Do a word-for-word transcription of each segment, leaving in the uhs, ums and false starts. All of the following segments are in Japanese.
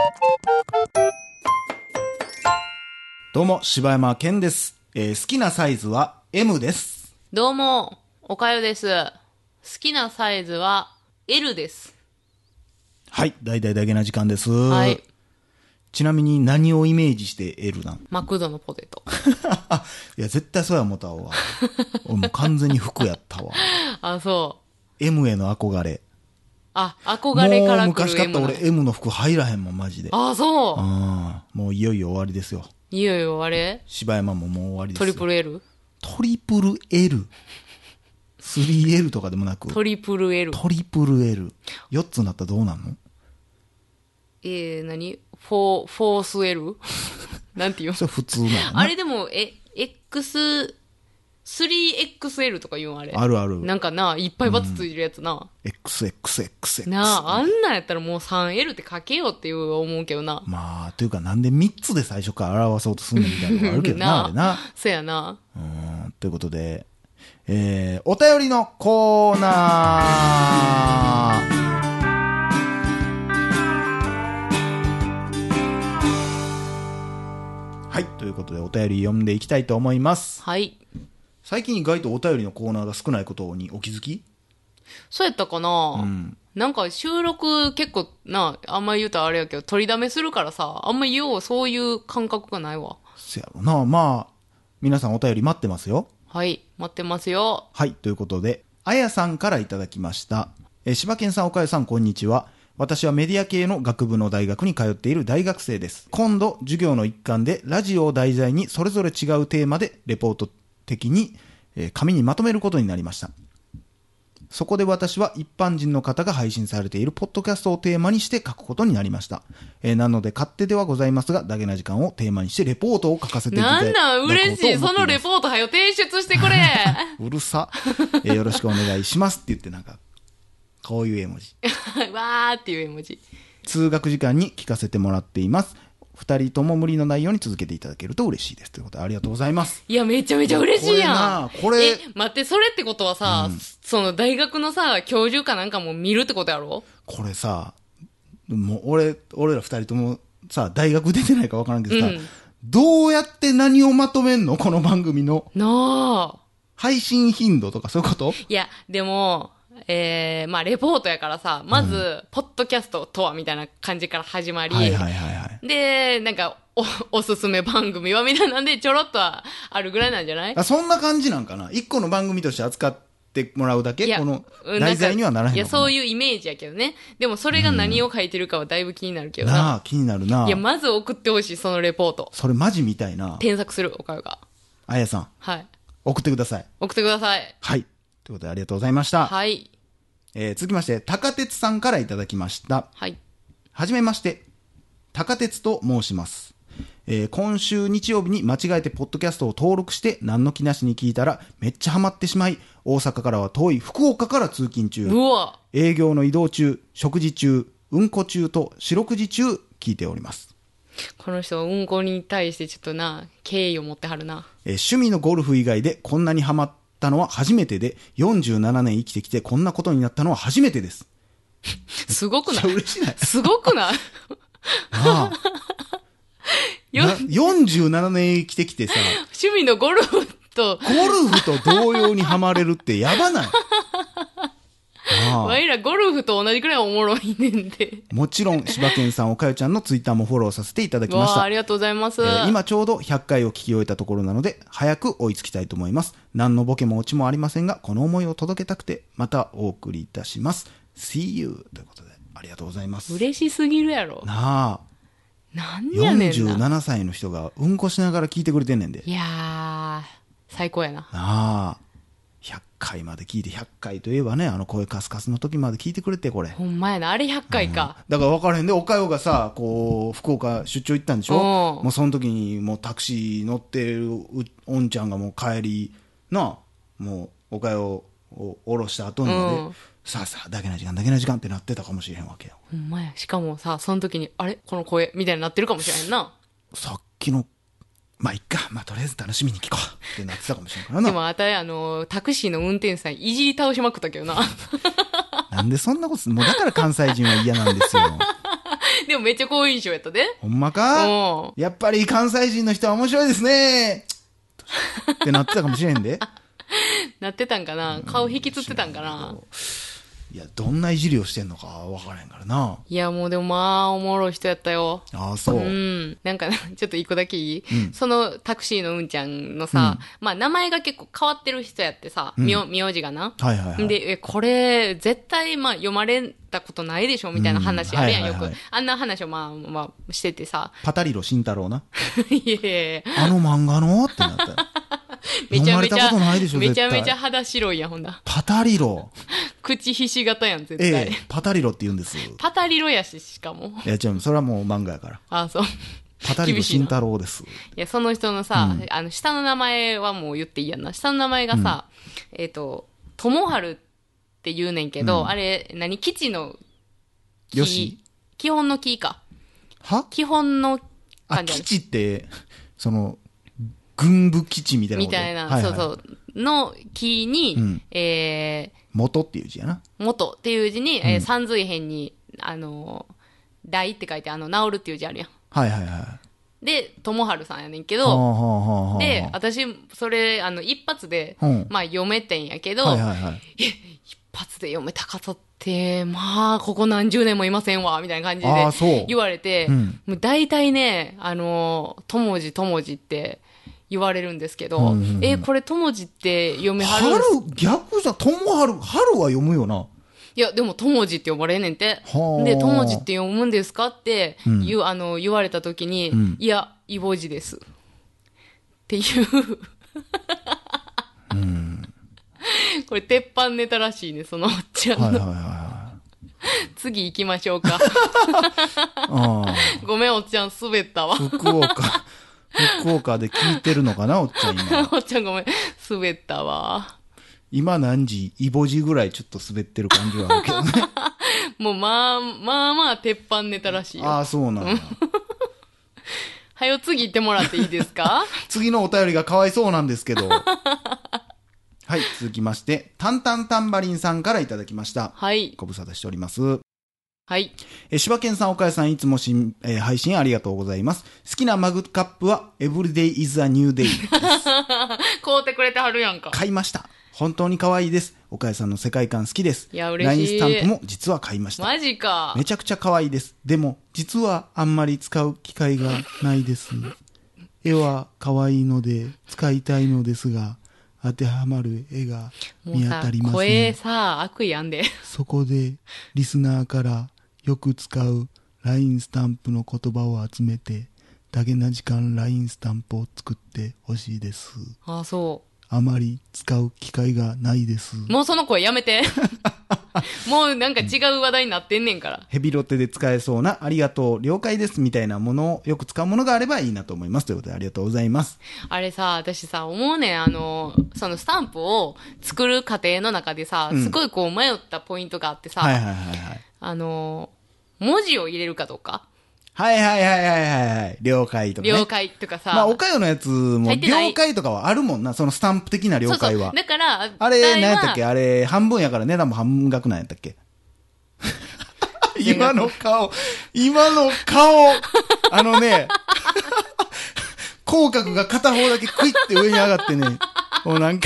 どうも柴山健です、えー、好きなサイズは エム です。 どうもおかよです。好きなサイズは エル です。 はい、大々だけな時間です。 はい。 ちなみに何をイメージして エル なん？ マクドのポテト。 いや絶対そうや思ったわ。俺もう完全に服やったわ。 あ、そう。 エム への憧れ。 あ、憧れから来る エム なの。 もう昔買った俺 エム の服入らへんもんマジで。 あ、そう。 うん。もういよいよ終わりですよ。 いよいよあれ？ 柴山ももう終わりですよ。 トリプル L？ トリプル エル。スリーエル とかでもなく。 トリプル L。 トリプル エル。よっつになったらどうなんの？ えー、何？フォー、フォース L？ なんて言うの？ それ普通なのね。 あれでも、え、X、スリーエックスエル とか言うんあれ。 あるある。 なんかな、いっぱいバツついてるやつな。 エックスエックスエックスエックス。 なあ、あんなんやったらもう スリーエル って書けよっていう思うけどな。 まあ、というかなんでみっつで最初から表そうとすんねんみたいなのがあるけどな、 なああれな。 そやな。 うん、ということで、えー、お便りのコーナー。はい、ということでお便り読んでいきたいと思います。 はい。 最近意外とお便りのコーナーが少ないことにお気づき？ そうやったかな、うん、なんか収録結構な、あんま言うとあれやけど、取りだめするからさ、あんま言おう、そういう感覚がないわ。 そやろな。まあ、皆さんお便り待ってますよ。 はい、待ってますよ。 はい、ということで、あやさんからいただきました。えー、柴犬さん、おかゆさん、こんにちは。私はメディア系の学部の大学に通っている大学生です。今度、授業の一環でラジオを題材にそれぞれ違うテーマでレポート的に、えー、紙にまとめることになりました。そこで私は一般人の方が配信されているポッドキャストをテーマにして書くことになりました。えー、なので勝手ではございますが、ダゲな時間をテーマにしてレポートを書かせていただきたい。 なんなん嬉しい。そのレポートはよ提出してくれ。 うるさ、えー。よろしくお願いしますって言ってなんか、こういう絵文字。 わーっていう絵文字。 通学時間に聞かせてもらっています。二人とも無理のないように続けていただけると嬉しいです。ということでありがとうございます。 いや、めちゃめちゃ嬉しいやん。 これ、これえ、待って、それってことはさ、うん、その大学のさ、教授かなんかも見るってことやろ？これさ、もう俺、俺ら二人ともさ、大学出てないか分からんけどさ、うん、どうやって何をまとめんの？この番組の。 なあ。配信頻度とかそういうこと？ いや、でも、えー、まあ、レポートやからさ、まず、うん、ポッドキャストとはみたいな感じから始まり、 はいはいはいはい。 で、なんか、お、おすすめ番組はみたいなんで、ちょろっとはあるぐらいなんじゃない？ あ、そんな感じなんかな。一個の番組として扱ってもらうだけ？この、題材にはならへんのかな。 いや、そういうイメージやけどね。でも、それが何を書いてるかはだいぶ気になるけどな。 なあ、気になるな。 いや、まず送ってほしい、そのレポート。 それマジみたいな。 添削する、おかゆが。 あやさん。 はい。 送ってください。 送ってください。 はい。ということでありがとうございました。 はい。 えー、続きまして、高鉄さんからいただきました。 はい。 はじめまして、高鉄と申します。えー、今週日曜日に間違えてポッドキャストを登録して何の気なしに聞いたらめっちゃハマってしまい、大阪からは遠い福岡から通勤中、 うわ、 営業の移動中、食事中、うんこ中と四六時中聞いております。 この人はうんこに対してちょっとな、敬意を持ってはるな。 えー、趣味のゴルフ以外でこんなにハマったのは初めてで、よんじゅうななねん生きてきてこんなことになったのは初めてです。 すごくない？ めっちゃ嬉しいない？ すごくない？ ああよんじゅうななねん生きてきてさ、 趣味のゴルフとゴルフと同様にハマれるってやばない？ わいらゴルフと同じくらいおもろいねんで。 もちろん柴犬さん、おかよちゃんのツイッターもフォローさせていただきました。 わあ、ありがとうございます、 えー、今ちょうどひゃっかいを聞き終えたところなので早く追いつきたいと思います。何のボケもオチもありませんが、この思いを届けたくてまたお送りいたします。 See you ということでありがとうございます。 嬉しすぎるやろなあ。 なんやねんな。 よんじゅうななさいの人がうんこしながら聞いてくれてんねんで。 いやー最高やな。 なあ、ひゃっかいまで聞いて、ひゃっかいといえばね、あの声カスカスの時まで聞いてくれて、これほんまやな、あれひゃっかいか、 うん、だから分からへんで、おかよがさ、こう福岡出張行ったんでしょ。もうその時にもうタクシー乗ってるおんちゃんがもう帰りなあ、もうおかよを降ろした後にまで、うん、さあさあだけな時間だけな時間ってなってたかもしれへんわけよ。 ほんまや。しかもさ、その時にあれこの声みたいになってるかもしれへんな。 さっきのまあいっか、まあとりあえず楽しみに聞こうってなってたかもしれんからな。 でもあたりあのタクシーの運転手さんいじり倒しまくったけどな。 なんでそんなことすんの？もうだから関西人は嫌なんですよ。 でもめっちゃ好印象やったで。 ほんまか？ うん。 やっぱり関西人の人は面白いですね。ってなってたかもしれんで。 なってたんかな、顔引きつってたんかな。 いや、どんないじりをしてんのかわからへんからな。 いや、もうでもまあ、おもろい人やったよ。 ああ、そう。 うん。なんか、ちょっと一個だけいい、 うん、 そのタクシーのうんちゃんのさ、うん、まあ名前が結構変わってる人やってさ、みょ、名字がな。 はいはいはい。 で、え、これ、絶対まあ読まれたことないでしょみたいな話あるやん、よく。あんな話をまあ、まあ、しててさ。 パタリロ慎太郎な。 いやいやあの漫画のってなった。 めちゃめちゃ、 めちゃめちゃ肌白いやん、ほんだ。 パタリロ。 口ひし形やん、絶対。 ええ、パタリロって言うんです。 パタリロやし、しかも。 いや、違う、それはもう漫画やから。 ああ、そう。 パタリロ慎太郎です。 いや、その人のさ、うん、あの、下の名前はもう言っていいやんな。下の名前がさ、うん、えっ、ー、と、ともはるって言うねんけど、うん、あれ、何、基地の木。 よし。 基本の木か。 は基本の感じあ、基地って、その、軍部基地みたいなこと。 みたいな、はいはい、そうそう。の木に、うん、えー、 元っていう字やな。 元っていう字に、うん、えー、三髄辺に、あのー、大って書いて、あの、治るっていう字あるやん。 はいはいはい。 で、ともはるさんやねんけど、はあはあはあ、で、私、それ、あの、一発で、うん、まあ、読めてんやけど、はいはいはい、え、一発で読めた方って、まあ、ここ何十年もいませんわ、みたいな感じで言われて、うん、もう大体ね、あのー、ともじともじって、言われるんですけど、うんうんうん、え、これともじって読めはるんです春、逆じゃ、ともはる、春は読むよな。 いや、でもともじって呼ばれんねんて。で、ともじって読むんですかって言う、うん、あの、言われたときに、うん、いや、いぼじです。っていう。うん、これ、鉄板ネタらしいね、そのおっちゃんの。はいはいはい、次行きましょうか。ごめん、おっちゃん、滑ったわ。 福岡。福岡で聞いてるのかな、おっちゃん今。 おっちゃんごめん、滑ったわ。 今何時、イボジぐらいちょっと滑ってる感じはあるけどね。 もうまあ、まあまあ、鉄板ネタらしいよ。 ああ、そうなんや。 はよ次行ってもらっていいですか？ 次のお便りがかわいそうなんですけど。はい、続きまして、タンタンタンバリンさんからいただきました。 はい。 ご無沙汰しております。 はい。 え、柴犬さん、岡谷さん、いつも新、えー、配信ありがとうございます。好きなマグカップは、Everyday is a new day です。 買うてくれてはるやんか。 買いました。本当に可愛いです。岡谷さんの世界観好きです。 いや、嬉しい。 ラインスタンプも実は買いました。 マジか。 めちゃくちゃ可愛いです。でも、実はあんまり使う機会がないです。絵は可愛いので、使いたいのですが、当てはまる絵が見当たりません。 声さ、悪意あんで。 そこで、リスナーから、よく使う ライン スタンプの言葉を集めて、だけな時間 ライン スタンプを作ってほしいです。 ああ、そう。 あまり使う機会がないです。 もうその声やめて。もうなんか違う話題になってんねんから。 ヘビロテで使えそうな、ありがとう、了解ですみたいなものをよく使うものがあればいいなと思います。ということでありがとうございます。 あれさ、私さ、思うねん、あの、そのスタンプを作る過程の中でさ、うん、すごいこう迷ったポイントがあってさ、 はいはいはいはい。 あの、文字を入れるかどうか。 はいはいはいはいはい。了解とかね。 了解とかさ。 まあ、おかよのやつも、了解とかはあるもんな。そのスタンプ的な了解は。そうそうだから、 あれ、何やったっけあれ、半分やから値段も半額なんやったっけ今の顔、今の顔、あのね、口角が片方だけクイって上に上がってね、もうなんか、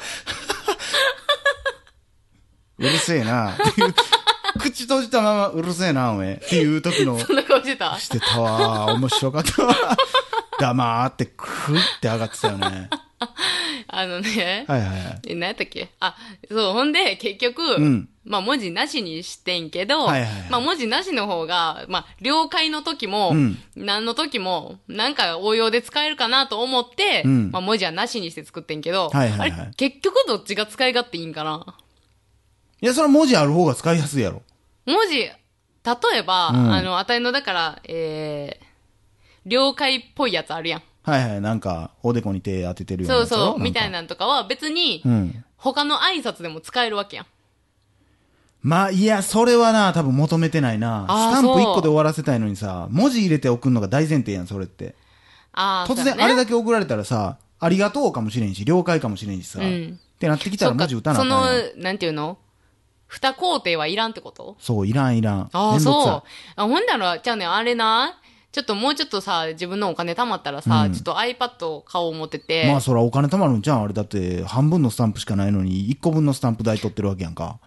うるせえなっていう。口閉じたままうるせえなおめっていう時のそんな顔してたしてたわ面白かったわ黙ってクイって上がってたよねあのねはいはいはいえ何やったっけあそうほんで結局、うん、まあ文字なしにしてんけど、はいはいはい、まあ文字なしの方がまあ了解の時も、うん、何の時もなんか応用で使えるかなと思って、うん、まあ文字はなしにして作ってんけど、はいはいはい、あれ結局どっちが使い勝手いいんかないや、それは文字ある方が使いやすいやろ。 文字、例えば、うん、あの、あたいの、だから、えー、了解っぽいやつあるやん。 はいはい、なんか、おでこに手当ててるようなやつ。 そうそう、みたいなんとかは別に、うん、他の挨拶でも使えるわけやん。 まあ、いや、それはな、多分求めてないな。スタンプいっこで終わらせたいのにさ、文字入れて送るのが大前提やん、それって。 あ突然、ね、あれだけ送られたらさ、ありがとうかもしれんし、了解かもしれんしさ、うん、ってなってきたら文字打たなあかんやん。 その、なんていうの二工程はいらんってこと？ そう、いらんいらん。 ああ、そう。あ、ほんなら、じゃあね、あれな、ちょっともうちょっとさ、自分のお金貯まったらさ、うん、ちょっと iPad を買おう思ってて。 まあ、そらお金貯まるんじゃん。あれだって、半分のスタンプしかないのに、いっこぶんのスタンプ代取ってるわけやんか。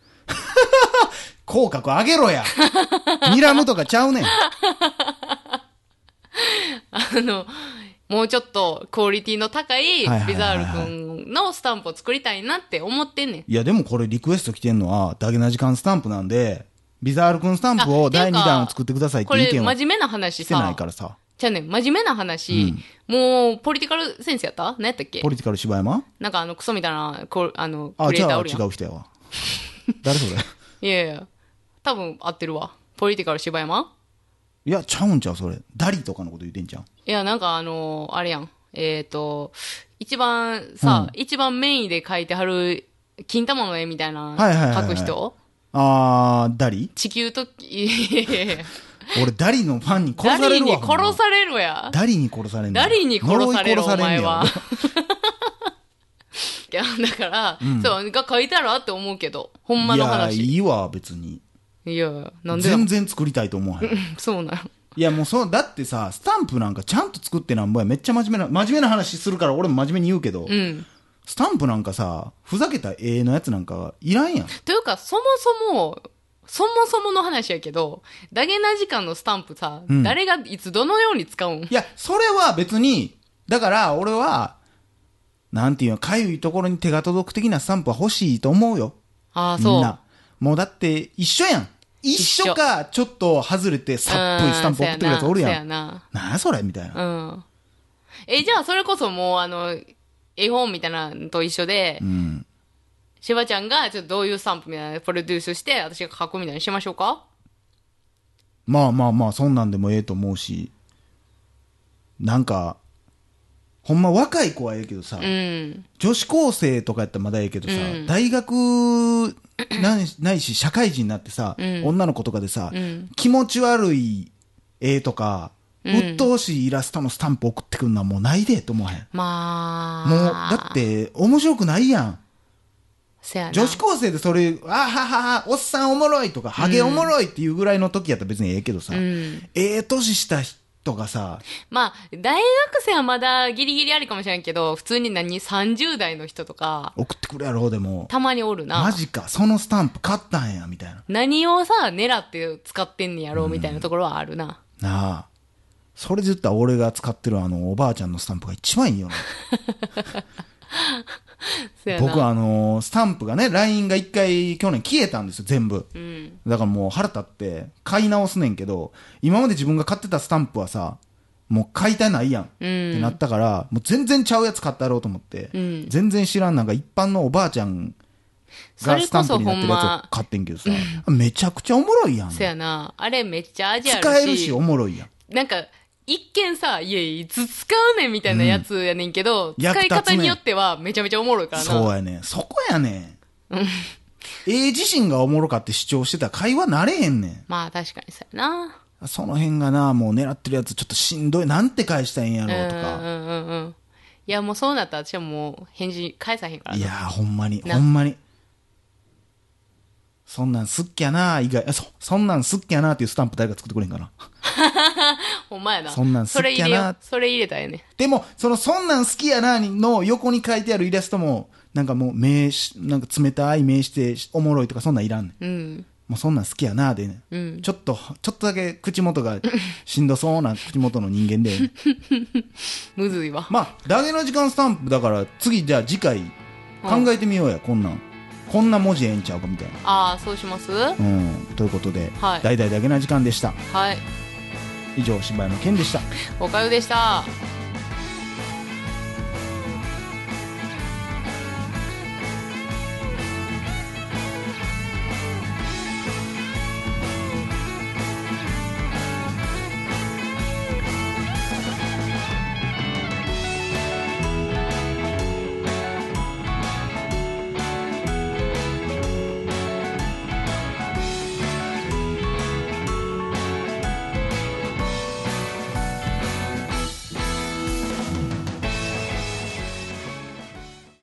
口角上げろや。睨むとかちゃうねん。 あの、もうちょっとクオリティの高いビザール君のスタンプを作りたいなって思ってんねん。 いや、でもこれリクエスト来てんのは、ダゲな時間スタンプなんで、ビザール君スタンプをだいにだんを作ってくださいって意見をこれ真面目な話さ。 してないからさ。 じゃあね、真面目な話、うん、もう、ポリティカルセンスやった何やったっけ？ ポリティカル柴山？ なんかあの、クソみたいな、こあの、クリエイターおるやん。 あ、じゃあ違う人やわ。誰それ？ いやいや、多分合ってるわ。ポリティカル柴山？ いや、ちゃうんちゃうそれ。ダリとかのこと言ってんちゃう？ いや、なんかあのー、あれやん。えっ、ー、と、一番さ、うん、一番メインで描いてはる、金玉の絵みたいな、描く人？ あー、ダリ？ 地球と、いやいや俺、ダリのファンに殺されるわ。 ダリに殺されるや。 ダリに殺されるダリに殺される、お前は。いや、だから、うん、そう、が書いたらって思うけど、ほんまの話。 いや、いいわ、別に。 いや、なんで全然作りたいと思わへん。 そうなの。 いや、もうそう、だってさ、スタンプなんかちゃんと作ってなんぼや。めっちゃ真面目な、真面目な話するから俺も真面目に言うけど、うん、スタンプなんかさ、ふざけた絵のやつなんかいらんやん。 というか、そもそも、そもそもの話やけど、ダゲな時間のスタンプさ、うん、誰がいつどのように使うん？ いや、それは別に、だから俺は、なんていうの、かゆいところに手が届く的なスタンプは欲しいと思うよ。 ああ、そう。みんな。 もうだって一緒やん。一緒か、ちょっと外れて、さっぽいスタンプ送ってくるやつおるやん。 そうやな。 なあそれみたいな。 うん。え、じゃあそれこそもう、あの、絵本みたいなのと一緒で、うん。しばちゃんが、ちょっとどういうスタンプみたいなプロデュースして、私が書くみたいにしましょうか？ まあまあまあ、そんなんでもええと思うし、なんか、ほんま若い子はええけどさ、うん、女子高生とかやったらまだええけどさ、うん、大学ないないし社会人になってさ、うん、女の子とかでさ、うん、気持ち悪い絵とか、うん、鬱陶しいイラストのスタンプ送ってくんのはもうないでと思わへん。 まあ。 もう、だって面白くないやん。 せやな。 女子高生でそれ、あははは、おっさんおもろいとか、ハゲおもろいっていうぐらいの時やったら別にええけどさ、うん、ええ年した人、とかさ。 まあ、大学生はまだギリギリありかもしれんけど、普通に何、さんじゅう代の人とか。 送ってくるやろ、でも。 たまにおるな。 マジか、そのスタンプ買ったんや、みたいな。 何をさ、狙って使ってんねやろ、みたいなところはあるな。うん、 なあ。それで言ったら俺が使ってるあの、おばあちゃんのスタンプが一番いいよね。僕はあのー、スタンプがね、ライン が一回去年消えたんですよ、全部。うん、だからもう腹立って買い直すねんけど、今まで自分が買ってたスタンプはさ、もう買いたいないやん、うん、ってなったから、もう全然ちゃうやつ買ってやろうと思って、うん、全然知らんなんか一般のおばあちゃんがスタンプになってるやつを買ってんけどさ、めちゃくちゃおもろいやん。 そやな。あれめっちゃ味あるし。 使えるしおもろいやん。 なんか、一見さ、いやいつ使うねんみたいなやつやねんけど、うん、使い方によってはめちゃめちゃおもろいからな。 そうやねん。そこやねん。A 自身がおもろかって主張してたら会話なれへんねん。 まあ確かにそうやな。 その辺がな、もう狙ってるやつちょっとしんどい。なんて返したらいいんやろうとか。 うんうんうん。いやもうそうなったら私はもう返事返さへんからな。 いやほんまに、ほんまに。そんなんすっきゃな、以外、そ、そんなんすっきゃなっていうスタンプ誰か作ってくれんかな。 ほんまやな。 そんなん好きやな。 それ入れたらええね。 でも、そのそんなん好きやなの横に書いてあるイラストも、なんかもう名詞、なんか冷たい名詞でおもろいとかそんなんいらんねん。うん。もうそんなん好きやなでね、うん。ちょっと、ちょっとだけ口元がしんどそうな口元の人間で、ね。 むずいわ。 まあ、ダゲの時間スタンプだから次じゃあ次回考えてみようや、こんなん。こんな文字ええんちゃうかみたいな。 ああ、そうします？うん。ということで、はい、大々だけな時間でした。 はい。 以上、柴山健でした。 おかゆでした。